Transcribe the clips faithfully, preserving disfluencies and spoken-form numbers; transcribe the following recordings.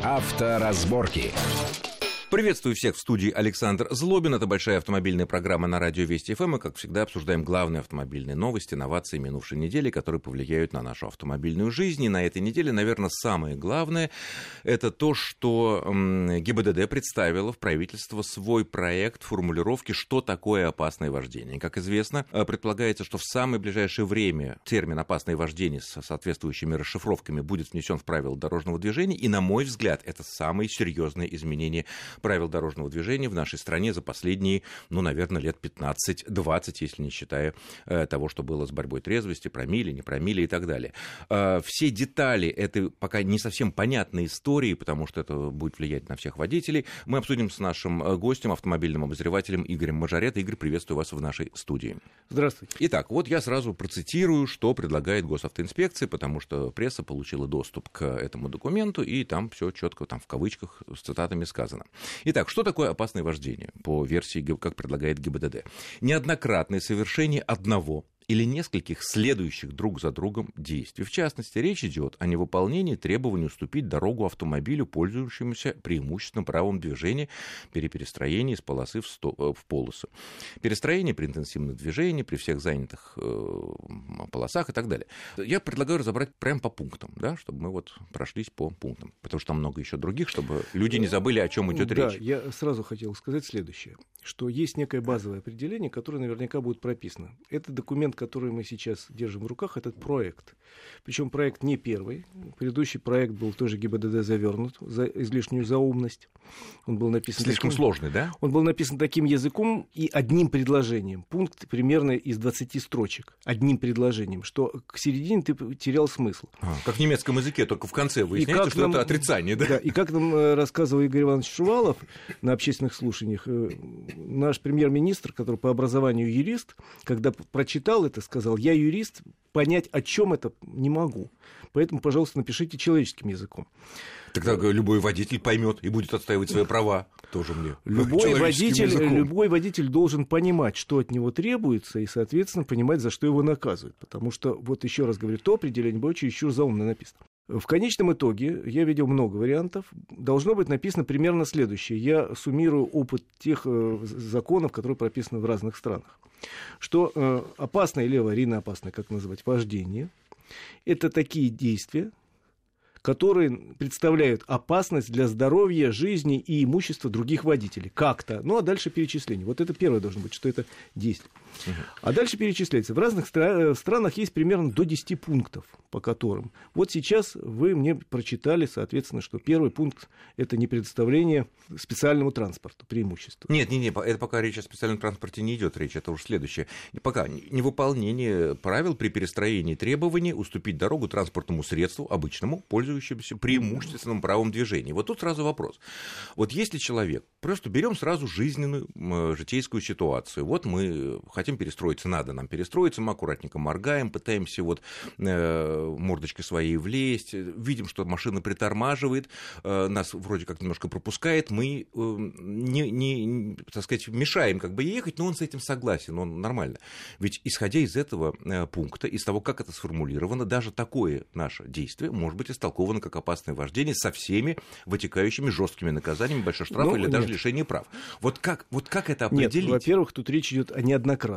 Авторазборки. Приветствую всех в студии Александр Злобин. Это большая автомобильная программа на радио Вести ФМ. Мы, как всегда, обсуждаем главные автомобильные новости, новации минувшей недели, которые повлияют на нашу автомобильную жизнь. И на этой неделе, наверное, самое главное – это то, что ГИБДД представила в правительство свой проект формулировки, что такое опасное вождение. Как известно, предполагается, что в самое ближайшее время термин «опасное вождение» с соответствующими расшифровками будет внесен в правила дорожного движения. И, на мой взгляд, это самые серьезные изменения правил дорожного движения в нашей стране за последние, ну, наверное, лет пятнадцать-двадцать, если не считая э, того, что было с борьбой трезвости, промилле, не промилле и так далее. Э, все детали этой пока не совсем понятной истории, потому что это будет влиять на всех водителей, мы обсудим с нашим гостем, автомобильным обозревателем Игорем Мажарета. Игорь, приветствую вас в нашей студии. Здравствуйте. Итак, вот я сразу процитирую, что предлагает госавтоинспекция, потому что пресса получила доступ к этому документу, и там все четко, там в кавычках, с цитатами сказано. Итак, что такое опасное вождение по версии, как предлагает ГИБДД? Неоднократное совершение одного или нескольких следующих друг за другом действий. В частности, речь идет о невыполнении требований уступить дорогу автомобилю, пользующемуся преимущественным правом движения при перестроении с полосы в, сто... в полосу. Перестроение при интенсивном движении, при всех занятых э, полосах и так далее. Я предлагаю разобрать прямо по пунктам, да, чтобы мы вот прошлись по пунктам, потому что там много еще других, чтобы люди не забыли, о чем идет да, речь. Я сразу хотел сказать следующее, что есть некое базовое определение, которое наверняка будет прописано. Это документ, который мы сейчас держим в руках, этот проект. Причем проект не первый. Предыдущий проект был тоже ГИБДД завернут за излишнюю заумность. Он был написан слишком таким, сложный, да? Он был написан таким языком и одним предложением. Пункт примерно из двадцати строчек. Одним предложением, что к середине ты терял смысл. А, как в немецком языке, только в конце выясняется, что нам, это отрицание, да? Да, и как нам рассказывал Игорь Иванович Шувалов на общественных слушаниях, наш премьер-министр, который по образованию юрист, когда прочитал это, сказал: я юрист, понять, о чем это, не могу. Поэтому, пожалуйста, напишите человеческим языком. Тогда любой водитель поймет и будет отстаивать свои права. Тоже мне. Любой водитель, любой водитель должен понимать, что от него требуется, и, соответственно, понимать, за что его наказывают. Потому что, вот еще раз говорю, то определение было чересчур заумно написано. В конечном итоге, я видел много вариантов, должно быть написано примерно следующее. Я суммирую опыт тех э, законов, которые прописаны в разных странах. Что э, опасное или аварийно опасное, как называть, вождение, это такие действия, которые представляют опасность для здоровья, жизни и имущества других водителей. Как-то. Ну, а дальше перечисление. Вот это первое должно быть, что это действие. Uh-huh. А дальше перечисляется. В разных стра- странах есть примерно до десяти пунктов, по которым. Вот сейчас вы мне прочитали, соответственно, что первый пункт – это не предоставление специальному транспорту преимущества. Нет, нет, нет, это пока речь о специальном транспорте не идет, речь это уже следующее. Пока невыполнение правил при перестроении требований уступить дорогу транспортному средству, обычному, пользующемуся преимущественным правом движения. Вот тут сразу вопрос. Вот если человек, просто берем сразу жизненную, житейскую ситуацию, вот мы хотим перестроиться, надо нам перестроиться, мы аккуратненько моргаем, пытаемся вот э, мордочкой своей влезть, видим, что машина притормаживает, э, нас вроде как немножко пропускает, мы э, не, не, так сказать, мешаем как бы ехать, но он с этим согласен, он нормально. Ведь исходя из этого э, пункта, из того, как это сформулировано, даже такое наше действие может быть истолковано как опасное вождение со всеми вытекающими жесткими наказаниями, большой штраф ну, или нет. даже лишение прав. Вот как, вот как это определить? Нет, во-первых, тут речь идет о неоднократном.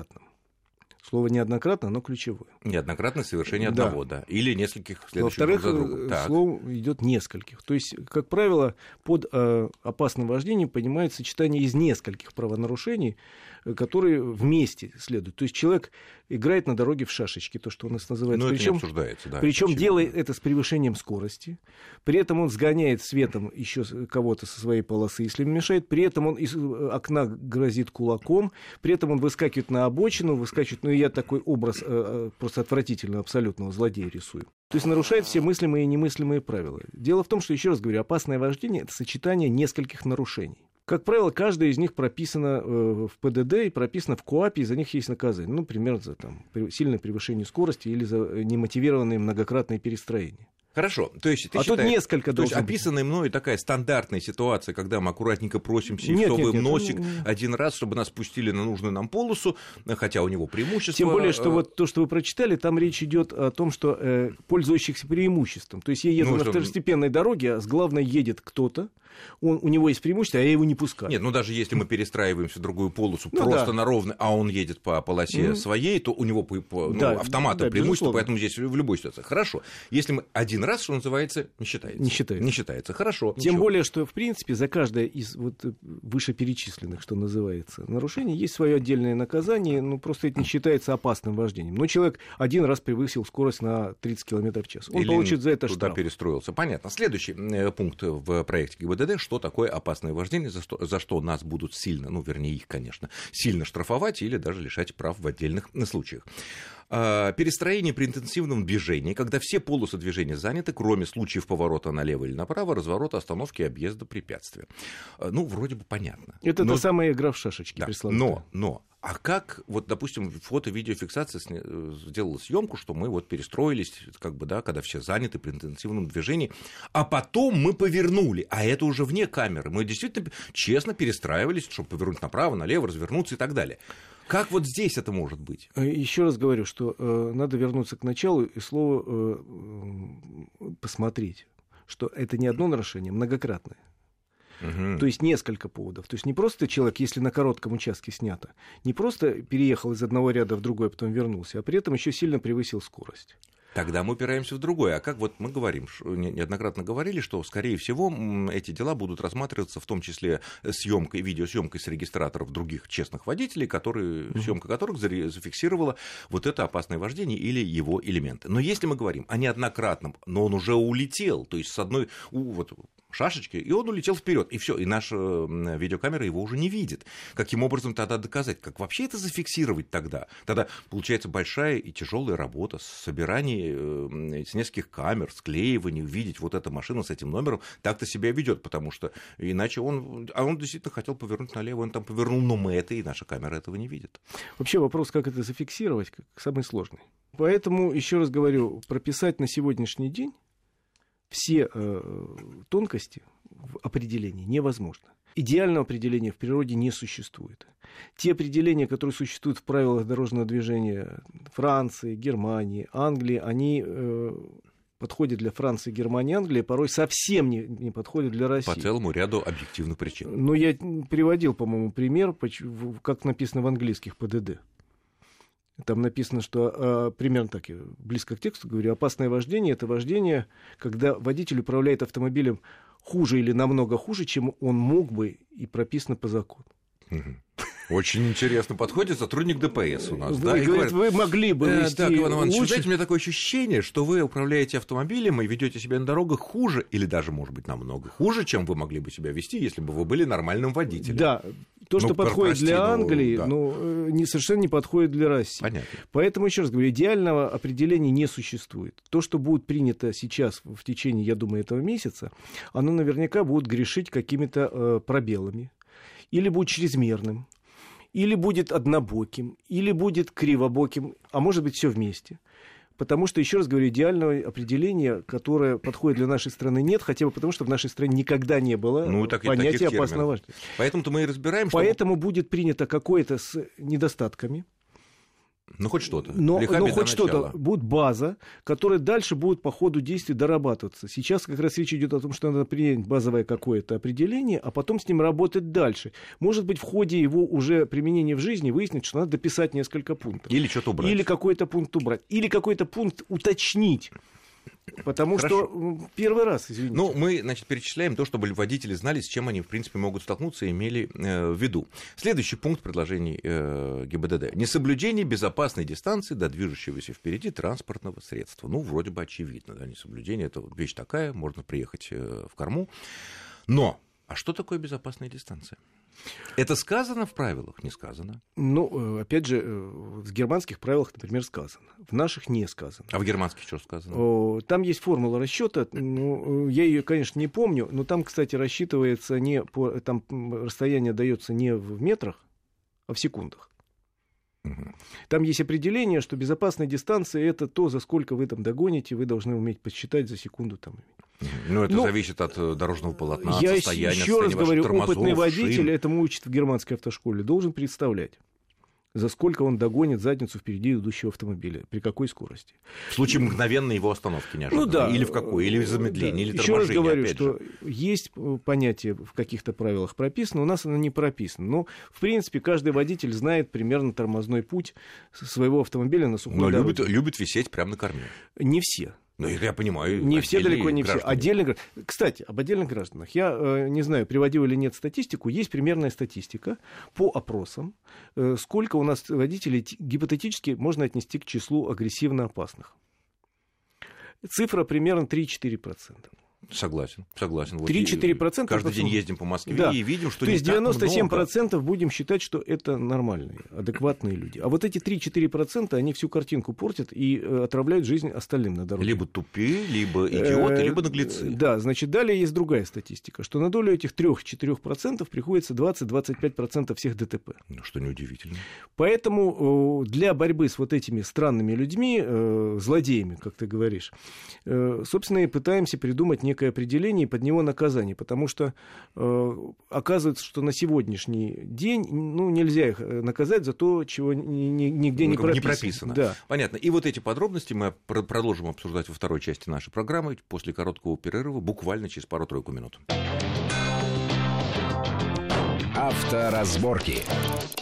Слово неоднократно, оно ключевое. Неоднократное совершение одного, да. да. Или нескольких следующих Во-вторых, друг за другом. Так. Слово идет нескольких. То есть, как правило, под э, опасным вождением понимает сочетание из нескольких правонарушений, которые вместе следуют. То есть человек играет на дороге в шашечки, то, что у нас называется. Но причем, это не обсуждается, да. Причем делает это с превышением скорости. При этом он сгоняет светом еще кого-то со своей полосы, если ему мешает. При этом он из окна грозит кулаком. При этом он выскакивает на обочину, выскакивает. Ну, я такой образ э, просто отвратительного, абсолютного злодея рисую. То есть нарушает все мыслимые и немыслимые правила. Дело в том, что, еще раз говорю, опасное вождение – это сочетание нескольких нарушений. Как правило, каждая из них прописана в ПДД и прописана в КоАПе, и за них есть наказание. Ну, например, за там, сильное превышение скорости или за немотивированные многократные перестроения. Хорошо, то есть ты а считаешь, тут несколько то есть быть. описанная мною такая стандартная ситуация, когда мы аккуратненько просимся и нет, всовываем нет, нет, носик ну, один раз, чтобы нас пустили на нужную нам полосу, хотя у него преимущество. Тем более, что вот то, что вы прочитали, там речь идет о том, что э, пользующихся преимуществом. То есть я еду ну, на что... второстепенной дороге, а с главной едет кто-то, он, у него есть преимущество, а я его не пускаю. Нет, ну даже если мы перестраиваемся в другую полосу ну, просто да. на ровной, а он едет по полосе mm-hmm. своей, то у него по, по, ну, да, автоматом да, преимущество, безусловно. Поэтому здесь в любой ситуации. Хорошо. Если мы один раз, что называется, не считается. Не считается. Не считается. Хорошо. Тем ничего. более, что, в принципе, за каждое из вот вышеперечисленных, что называется, нарушений есть свое отдельное наказание, ну, просто это не считается опасным вождением. Но человек один раз превысил скорость на тридцать километров в час. Он Или получит за это туда штраф. Перестроился. Понятно. Следующий пункт в проекте ГИБДД, что такое опасное вождение, за что, за что нас будут сильно, ну, вернее, их, конечно, сильно штрафовать или даже лишать прав в отдельных случаях. Перестроение при интенсивном движении, когда все полосы движения заняты, кроме случаев поворота налево или направо, разворота, остановки, объезда, препятствия. Ну, вроде бы понятно. Это но... та самая игра в шашечки, да. пресловутая. Но, но, а как, вот, допустим, фото-видеофиксация сделала съемку, что мы вот перестроились, как бы, да, когда все заняты при интенсивном движении, а потом мы повернули, а это уже вне камеры. Мы действительно честно перестраивались, чтобы повернуть направо, налево, развернуться и так далее. Как вот здесь это может быть? Еще раз говорю, что э, надо вернуться к началу и слово э, посмотреть, что это не одно нарушение, многократное. Угу. То есть несколько поводов. То есть не просто человек, если на коротком участке снято, не просто переехал из одного ряда в другой, а потом вернулся, а при этом еще сильно превысил скорость. Тогда мы упираемся в другое. А как вот мы говорим, неоднократно говорили, что, скорее всего, эти дела будут рассматриваться в том числе съемкой, видеосъемкой с регистраторов других честных водителей, которые, mm-hmm. съемка которых зафиксировала вот это опасное вождение или его элементы. Но если мы говорим о неоднократном, но он уже улетел, то есть с одной... Вот, шашечки, и он улетел вперед, и все, и наша видеокамера его уже не видит. Каким образом тогда доказать? Как вообще это зафиксировать тогда? Тогда получается большая и тяжелая работа с собиранием с нескольких камер, склеиванием, увидеть вот эта машина с этим номером так-то себя ведет, потому что иначе он, а он действительно хотел повернуть налево, он там повернул, но мы это, и наша камера этого не видит. Вообще вопрос, как это зафиксировать, самый сложный. Поэтому, еще раз говорю, прописать на сегодняшний день все э, тонкости в определении невозможно. Идеального определения в природе не существует. Те определения, которые существуют в правилах дорожного движения Франции, Германии, Англии, они э, подходят для Франции, Германии, Англии, порой совсем не, не подходят для России. По целому ряду объективных причин. Но я приводил, по-моему, пример, как написано в английских ПДД. Там написано, что э, примерно так, я близко к тексту говорю, опасное вождение — это вождение, когда водитель управляет автомобилем хуже или намного хуже, чем он мог бы, и прописано по закону. Очень интересно подходит сотрудник ДПС у нас. Вы, да, говорит, говорит, вы могли бы вести так, Иван Иванович, лучше... знаете, у меня такое ощущение, что вы управляете автомобилем и ведете себя на дорогах хуже, или даже, может быть, намного хуже, чем вы могли бы себя вести, если бы вы были нормальным водителем. Да, то, что ну, подходит прости, для Англии, ну, да. ну, не, совершенно не подходит для России. Понятно. Поэтому, еще раз говорю, идеального определения не существует. То, что будет принято сейчас в течение, я думаю, этого месяца, оно наверняка будет грешить какими-то э, пробелами, или будет чрезмерным, или будет однобоким, или будет кривобоким, а может быть, все вместе. Потому что, еще раз говорю, идеального определения, которое подходит для нашей страны, нет, хотя бы потому, что в нашей стране никогда не было ну, так, понятия опасного вождения. Поэтому-то мы и разбираем, что... Поэтому будет принято какое-то с недостатками. Ну, хоть что-то. Но, но хоть что-то. Будет база, которая дальше будет по ходу действий дорабатываться. Сейчас как раз речь идет о том, что надо принять базовое какое-то определение, а потом с ним работать дальше. Может быть, в ходе его уже применения в жизни выяснить, что надо дописать несколько пунктов. Или что-то убрать. Или какой-то пункт убрать. Или какой-то пункт уточнить. Потому Хорошо. Что первый раз, извините. Ну, мы, значит, перечисляем то, чтобы водители знали, с чем они, в принципе, могут столкнуться и имели э, в виду. Следующий пункт предложений э, ГИБДД. Несоблюдение безопасной дистанции до движущегося впереди транспортного средства. Ну, вроде бы очевидно, да, несоблюдение — это вещь такая, можно приехать э, в корму. Но, а что такое безопасная дистанция? Это сказано в правилах? Не сказано. Ну, опять же, в германских правилах, например, сказано. В наших не сказано. А в германских что сказано? Там есть формула расчета. Ну, я ее, конечно, не помню, но там, кстати, рассчитывается не по... Там расстояние дается не в метрах, а в секундах. Угу. Там есть определение, что безопасная дистанция — это то, за сколько вы там догоните, вы должны уметь подсчитать за секунду. Там. Ну, это ну, зависит от дорожного полотна, от я состояния, еще раз говорю, тормозов, опытный водитель, шин. Этому учат в германской автошколе, должен представлять, за сколько он догонит задницу впереди идущего автомобиля, при какой скорости. В случае мгновенной его остановки неожиданно. Ну, да, или в какой, или замедления, да. или Еще торможения. Еще раз говорю, опять что же. есть понятие в каких-то правилах прописано, у нас оно не прописано. Но, в принципе, каждый водитель знает примерно тормозной путь своего автомобиля на сухой Но дороге. любит, любит висеть прямо на корме. Не все. Ну, это я понимаю. Не все, далеко не граждане. все. Отдельные... Кстати, об отдельных гражданах. Я э, не знаю, приводил или нет статистику. Есть примерная статистика по опросам, э, сколько у нас водителей гипотетически можно отнести к числу агрессивно опасных. Цифра примерно три-четыре процента. Согласен, согласен. три-четыре процента. Каждый день ездим по Москве, да, и видим, что то не есть девяносто семь процентов много. Будем считать, что это нормальные, адекватные люди. А вот эти три-четыре процента, они всю картинку портят и э, отравляют жизнь остальным на дороге. Либо тупые, либо идиоты, либо наглецы. Да, значит, далее есть другая статистика, что на долю этих три-четыре процента приходится двадцать-двадцать пять процентов всех ДТП. Ну, что неудивительно. Поэтому э, для борьбы с вот этими странными людьми, э, злодеями, как ты говоришь, э, собственно, и пытаемся придумать некое определение и под него наказание, потому что э, оказывается, что на сегодняшний день ну, нельзя их наказать за то, чего ни, ни, нигде ну, не прописано. Не прописано. Да. Понятно. И вот эти подробности мы продолжим обсуждать во второй части нашей программы после короткого перерыва, буквально через пару-тройку минут. Авторазборки.